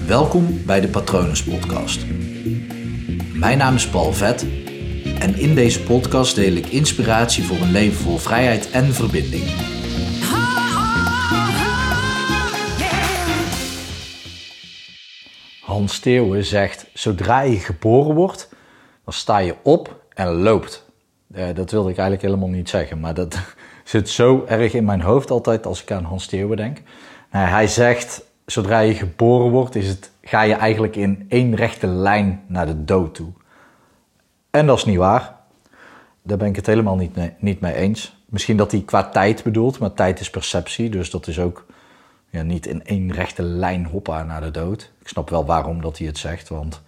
Welkom bij de Patronus Podcast. Mijn naam is Paul Vet en in deze podcast deel ik inspiratie voor een leven vol vrijheid en verbinding. Hans Theeuwen zegt, zodra je geboren wordt, dan sta je op en loopt. Dat wilde ik eigenlijk helemaal niet zeggen, maar dat zit zo erg in mijn hoofd altijd als ik aan Hans Theeuwen denk. Hij zegt, zodra je geboren wordt, ga je eigenlijk in één rechte lijn naar de dood toe. En dat is niet waar. Daar ben ik het helemaal niet mee eens. Misschien dat hij qua tijd bedoelt, maar tijd is perceptie. Dus dat is ook niet in één rechte lijn hoppa naar de dood. Ik snap wel waarom dat hij het zegt, want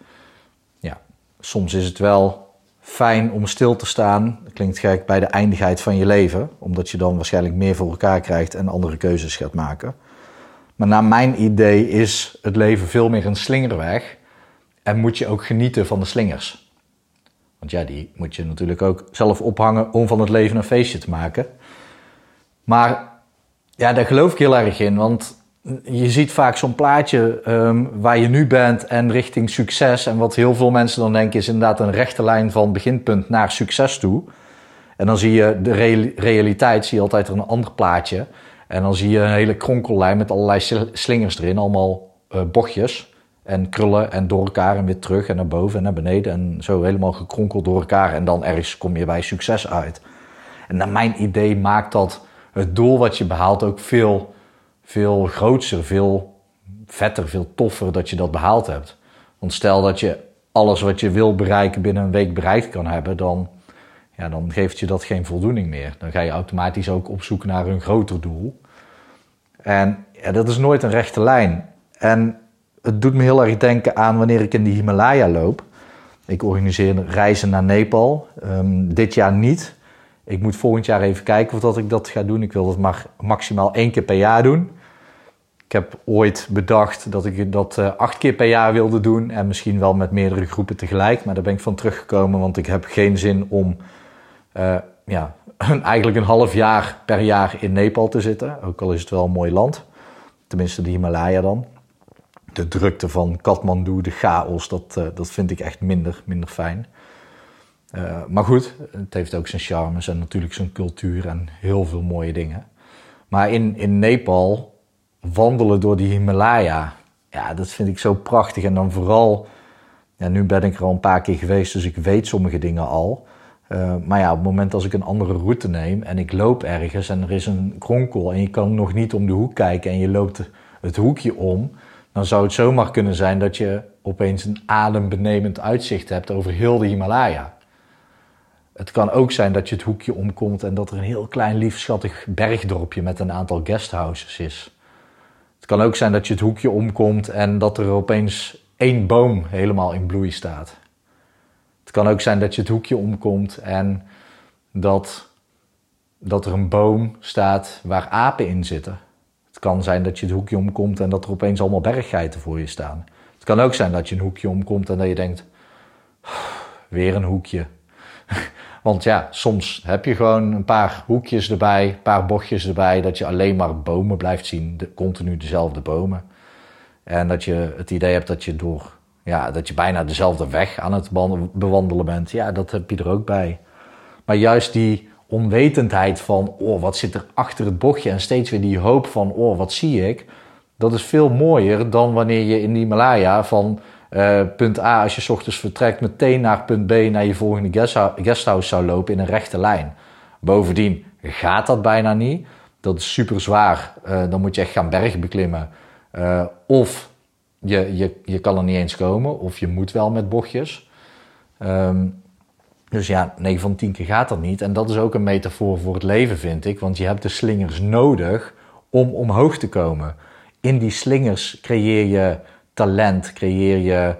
soms is het wel fijn om stil te staan. Dat klinkt gek, bij de eindigheid van je leven. Omdat je dan waarschijnlijk meer voor elkaar krijgt en andere keuzes gaat maken. Maar naar mijn idee is het leven veel meer een slingerweg. En moet je ook genieten van de slingers. Want die moet je natuurlijk ook zelf ophangen om van het leven een feestje te maken. Maar daar geloof ik heel erg in. Want je ziet vaak zo'n plaatje waar je nu bent en richting succes. En wat heel veel mensen dan denken is inderdaad een rechte lijn van beginpunt naar succes toe. En dan zie je de realiteit, zie je altijd een ander plaatje. En dan zie je een hele kronkellijn met allerlei slingers erin. Allemaal bochtjes en krullen en door elkaar en weer terug en naar boven en naar beneden. En zo helemaal gekronkeld door elkaar. En dan ergens kom je bij succes uit. En naar mijn idee maakt dat het doel wat je behaalt ook veel grootser, veel vetter, veel toffer dat je dat behaald hebt. Want stel dat je alles wat je wil bereiken binnen een week bereikt kan hebben, dan geeft je dat geen voldoening meer. Dan ga je automatisch ook op zoek naar een groter doel. En dat is nooit een rechte lijn. En het doet me heel erg denken aan wanneer ik in de Himalaya loop. Ik organiseer reizen naar Nepal. Dit jaar niet. Ik moet volgend jaar even kijken of dat ik dat ga doen. Ik wil dat maar maximaal 1 keer per jaar doen. Ik heb ooit bedacht dat ik dat 8 keer per jaar wilde doen. En misschien wel met meerdere groepen tegelijk. Maar daar ben ik van teruggekomen, want ik heb geen zin om eigenlijk een half jaar per jaar in Nepal te zitten. Ook al is het wel een mooi land. Tenminste de Himalaya dan. De drukte van Kathmandu, de chaos, dat vind ik echt minder fijn. Maar goed, het heeft ook zijn charmes en natuurlijk zijn cultuur en heel veel mooie dingen. Maar in Nepal wandelen door die Himalaya, dat vind ik zo prachtig. En dan vooral, nu ben ik er al een paar keer geweest, dus ik weet sommige dingen al. Maar op het moment als ik een andere route neem en ik loop ergens en er is een kronkel en je kan nog niet om de hoek kijken en je loopt het hoekje om, dan zou het zomaar kunnen zijn dat je opeens een adembenemend uitzicht hebt over heel de Himalaya. Het kan ook zijn dat je het hoekje omkomt en dat er een heel klein lief schattig bergdorpje met een aantal guesthouses is. Het kan ook zijn dat je het hoekje omkomt en dat er opeens 1 boom helemaal in bloei staat. Het kan ook zijn dat je het hoekje omkomt en dat er een boom staat waar apen in zitten. Het kan zijn dat je het hoekje omkomt en dat er opeens allemaal berggeiten voor je staan. Het kan ook zijn dat je een hoekje omkomt en dat je denkt, weer een hoekje. Want soms heb je gewoon een paar hoekjes erbij, een paar bochtjes erbij, dat je alleen maar bomen blijft zien, continu dezelfde bomen. En dat je het idee hebt dat je bijna dezelfde weg aan het bewandelen bent. Ja, dat heb je er ook bij. Maar juist die onwetendheid van, wat zit er achter het bochtje en steeds weer die hoop van, wat zie ik? Dat is veel mooier dan wanneer je in de Himalaya van punt A, als je 's ochtends vertrekt, meteen naar punt B, naar je volgende guesthouse zou lopen in een rechte lijn. Bovendien gaat dat bijna niet. Dat is super zwaar. Dan moet je echt gaan bergbeklimmen. Of je kan er niet eens komen, of je moet wel met bochtjes. Dus 9 van 10 keer gaat dat niet. En dat is ook een metafoor voor het leven, vind ik. Want je hebt de slingers nodig om omhoog te komen. In die slingers creëer je talent, creëer je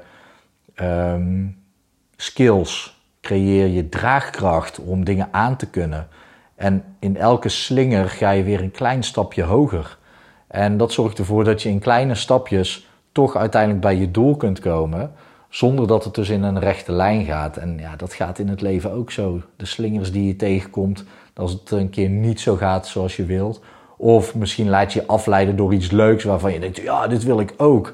skills, creëer je draagkracht om dingen aan te kunnen. En in elke slinger ga je weer een klein stapje hoger. En dat zorgt ervoor dat je in kleine stapjes toch uiteindelijk bij je doel kunt komen, zonder dat het dus in een rechte lijn gaat. En dat gaat in het leven ook zo. De slingers die je tegenkomt, als het een keer niet zo gaat zoals je wilt, of misschien laat je je afleiden door iets leuks waarvan je denkt, dit wil ik ook.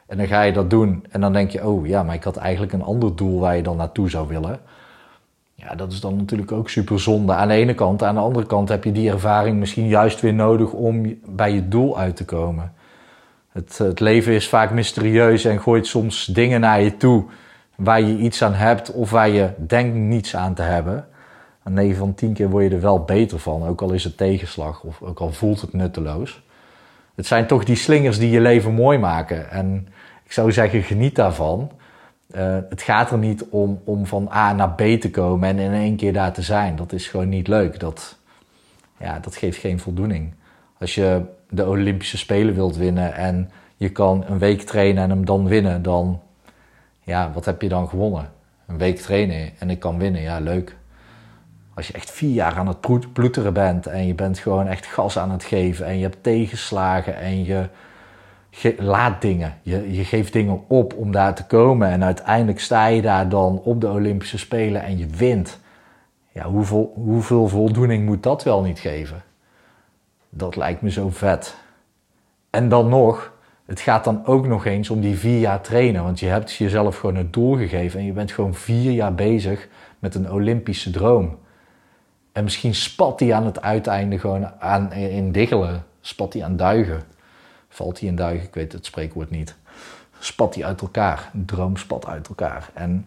En dan ga je dat doen en dan denk je, oh ja, maar ik had eigenlijk een ander doel waar je dan naartoe zou willen. Ja, dat is dan natuurlijk ook super zonde aan de ene kant. Aan de andere kant heb je die ervaring misschien juist weer nodig om bij je doel uit te komen. Het leven is vaak mysterieus en gooit soms dingen naar je toe waar je iets aan hebt of waar je denkt niets aan te hebben. En 9 van 10 keer word je er wel beter van, ook al is het tegenslag of ook al voelt het nutteloos. Het zijn toch die slingers die je leven mooi maken. En ik zou zeggen, geniet daarvan. Het gaat er niet om van A naar B te komen en in één keer daar te zijn. Dat is gewoon niet leuk. Dat geeft geen voldoening. Als je de Olympische Spelen wilt winnen en je kan een week trainen en hem dan winnen, dan, ja, wat heb je dan gewonnen? Een week trainen en ik kan winnen, ja, leuk. Als je echt 4 jaar aan het ploeteren bent en je bent gewoon echt gas aan het geven en je hebt tegenslagen en je laat dingen. Je geeft dingen op om daar te komen en uiteindelijk sta je daar dan op de Olympische Spelen en je wint. Ja, hoeveel voldoening moet dat wel niet geven? Dat lijkt me zo vet. En dan nog, het gaat dan ook nog eens om die 4 jaar trainen, want je hebt jezelf gewoon het doel gegeven en je bent gewoon 4 jaar bezig met een Olympische droom. En misschien spat die aan het uiteinde gewoon in diggelen, spat die aan duigen. Valt hij in duigen, ik weet het spreekwoord niet. Spat hij uit elkaar, een droom spat uit elkaar. En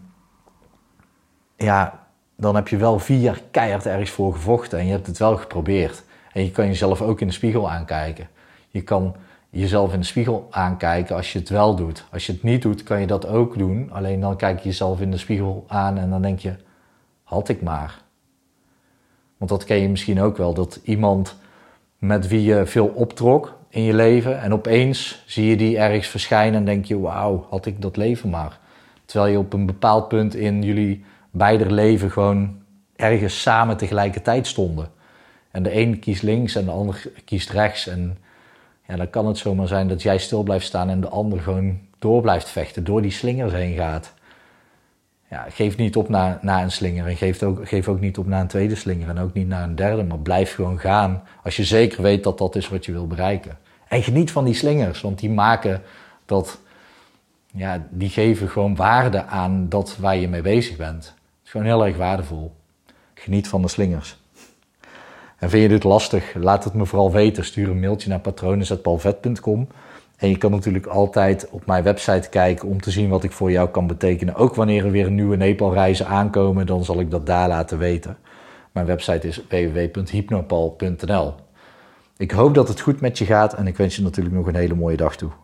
ja, dan heb je wel 4 jaar keihard ergens voor gevochten en je hebt het wel geprobeerd. En je kan jezelf ook in de spiegel aankijken. Je kan jezelf in de spiegel aankijken als je het wel doet. Als je het niet doet, kan je dat ook doen. Alleen dan kijk je jezelf in de spiegel aan en dan denk je, had ik maar. Want dat ken je misschien ook wel, dat iemand met wie je veel optrok in je leven en opeens zie je die ergens verschijnen en denk je, wauw, had ik dat leven maar. Terwijl je op een bepaald punt in jullie beider leven gewoon ergens samen tegelijkertijd stonden. En de een kiest links en de ander kiest rechts. En ja, dan kan het zomaar zijn dat jij stil blijft staan en de ander gewoon door blijft vechten, door die slingers heen gaat. Ja, geef niet op na een slinger en geef ook niet op na een tweede slinger en ook niet na een derde, maar blijf gewoon gaan als je zeker weet dat dat is wat je wil bereiken. En geniet van die slingers, want die maken dat, ja, die geven gewoon waarde aan dat waar je mee bezig bent. Het is gewoon heel erg waardevol. Geniet van de slingers. En vind je dit lastig? Laat het me vooral weten. Stuur een mailtje naar patronen@palvet.com. En je kan natuurlijk altijd op mijn website kijken om te zien wat ik voor jou kan betekenen. Ook wanneer er weer een nieuwe Nepal-reizen aankomen, dan zal ik dat daar laten weten. Mijn website is www.hypnopal.nl. Ik hoop dat het goed met je gaat en ik wens je natuurlijk nog een hele mooie dag toe.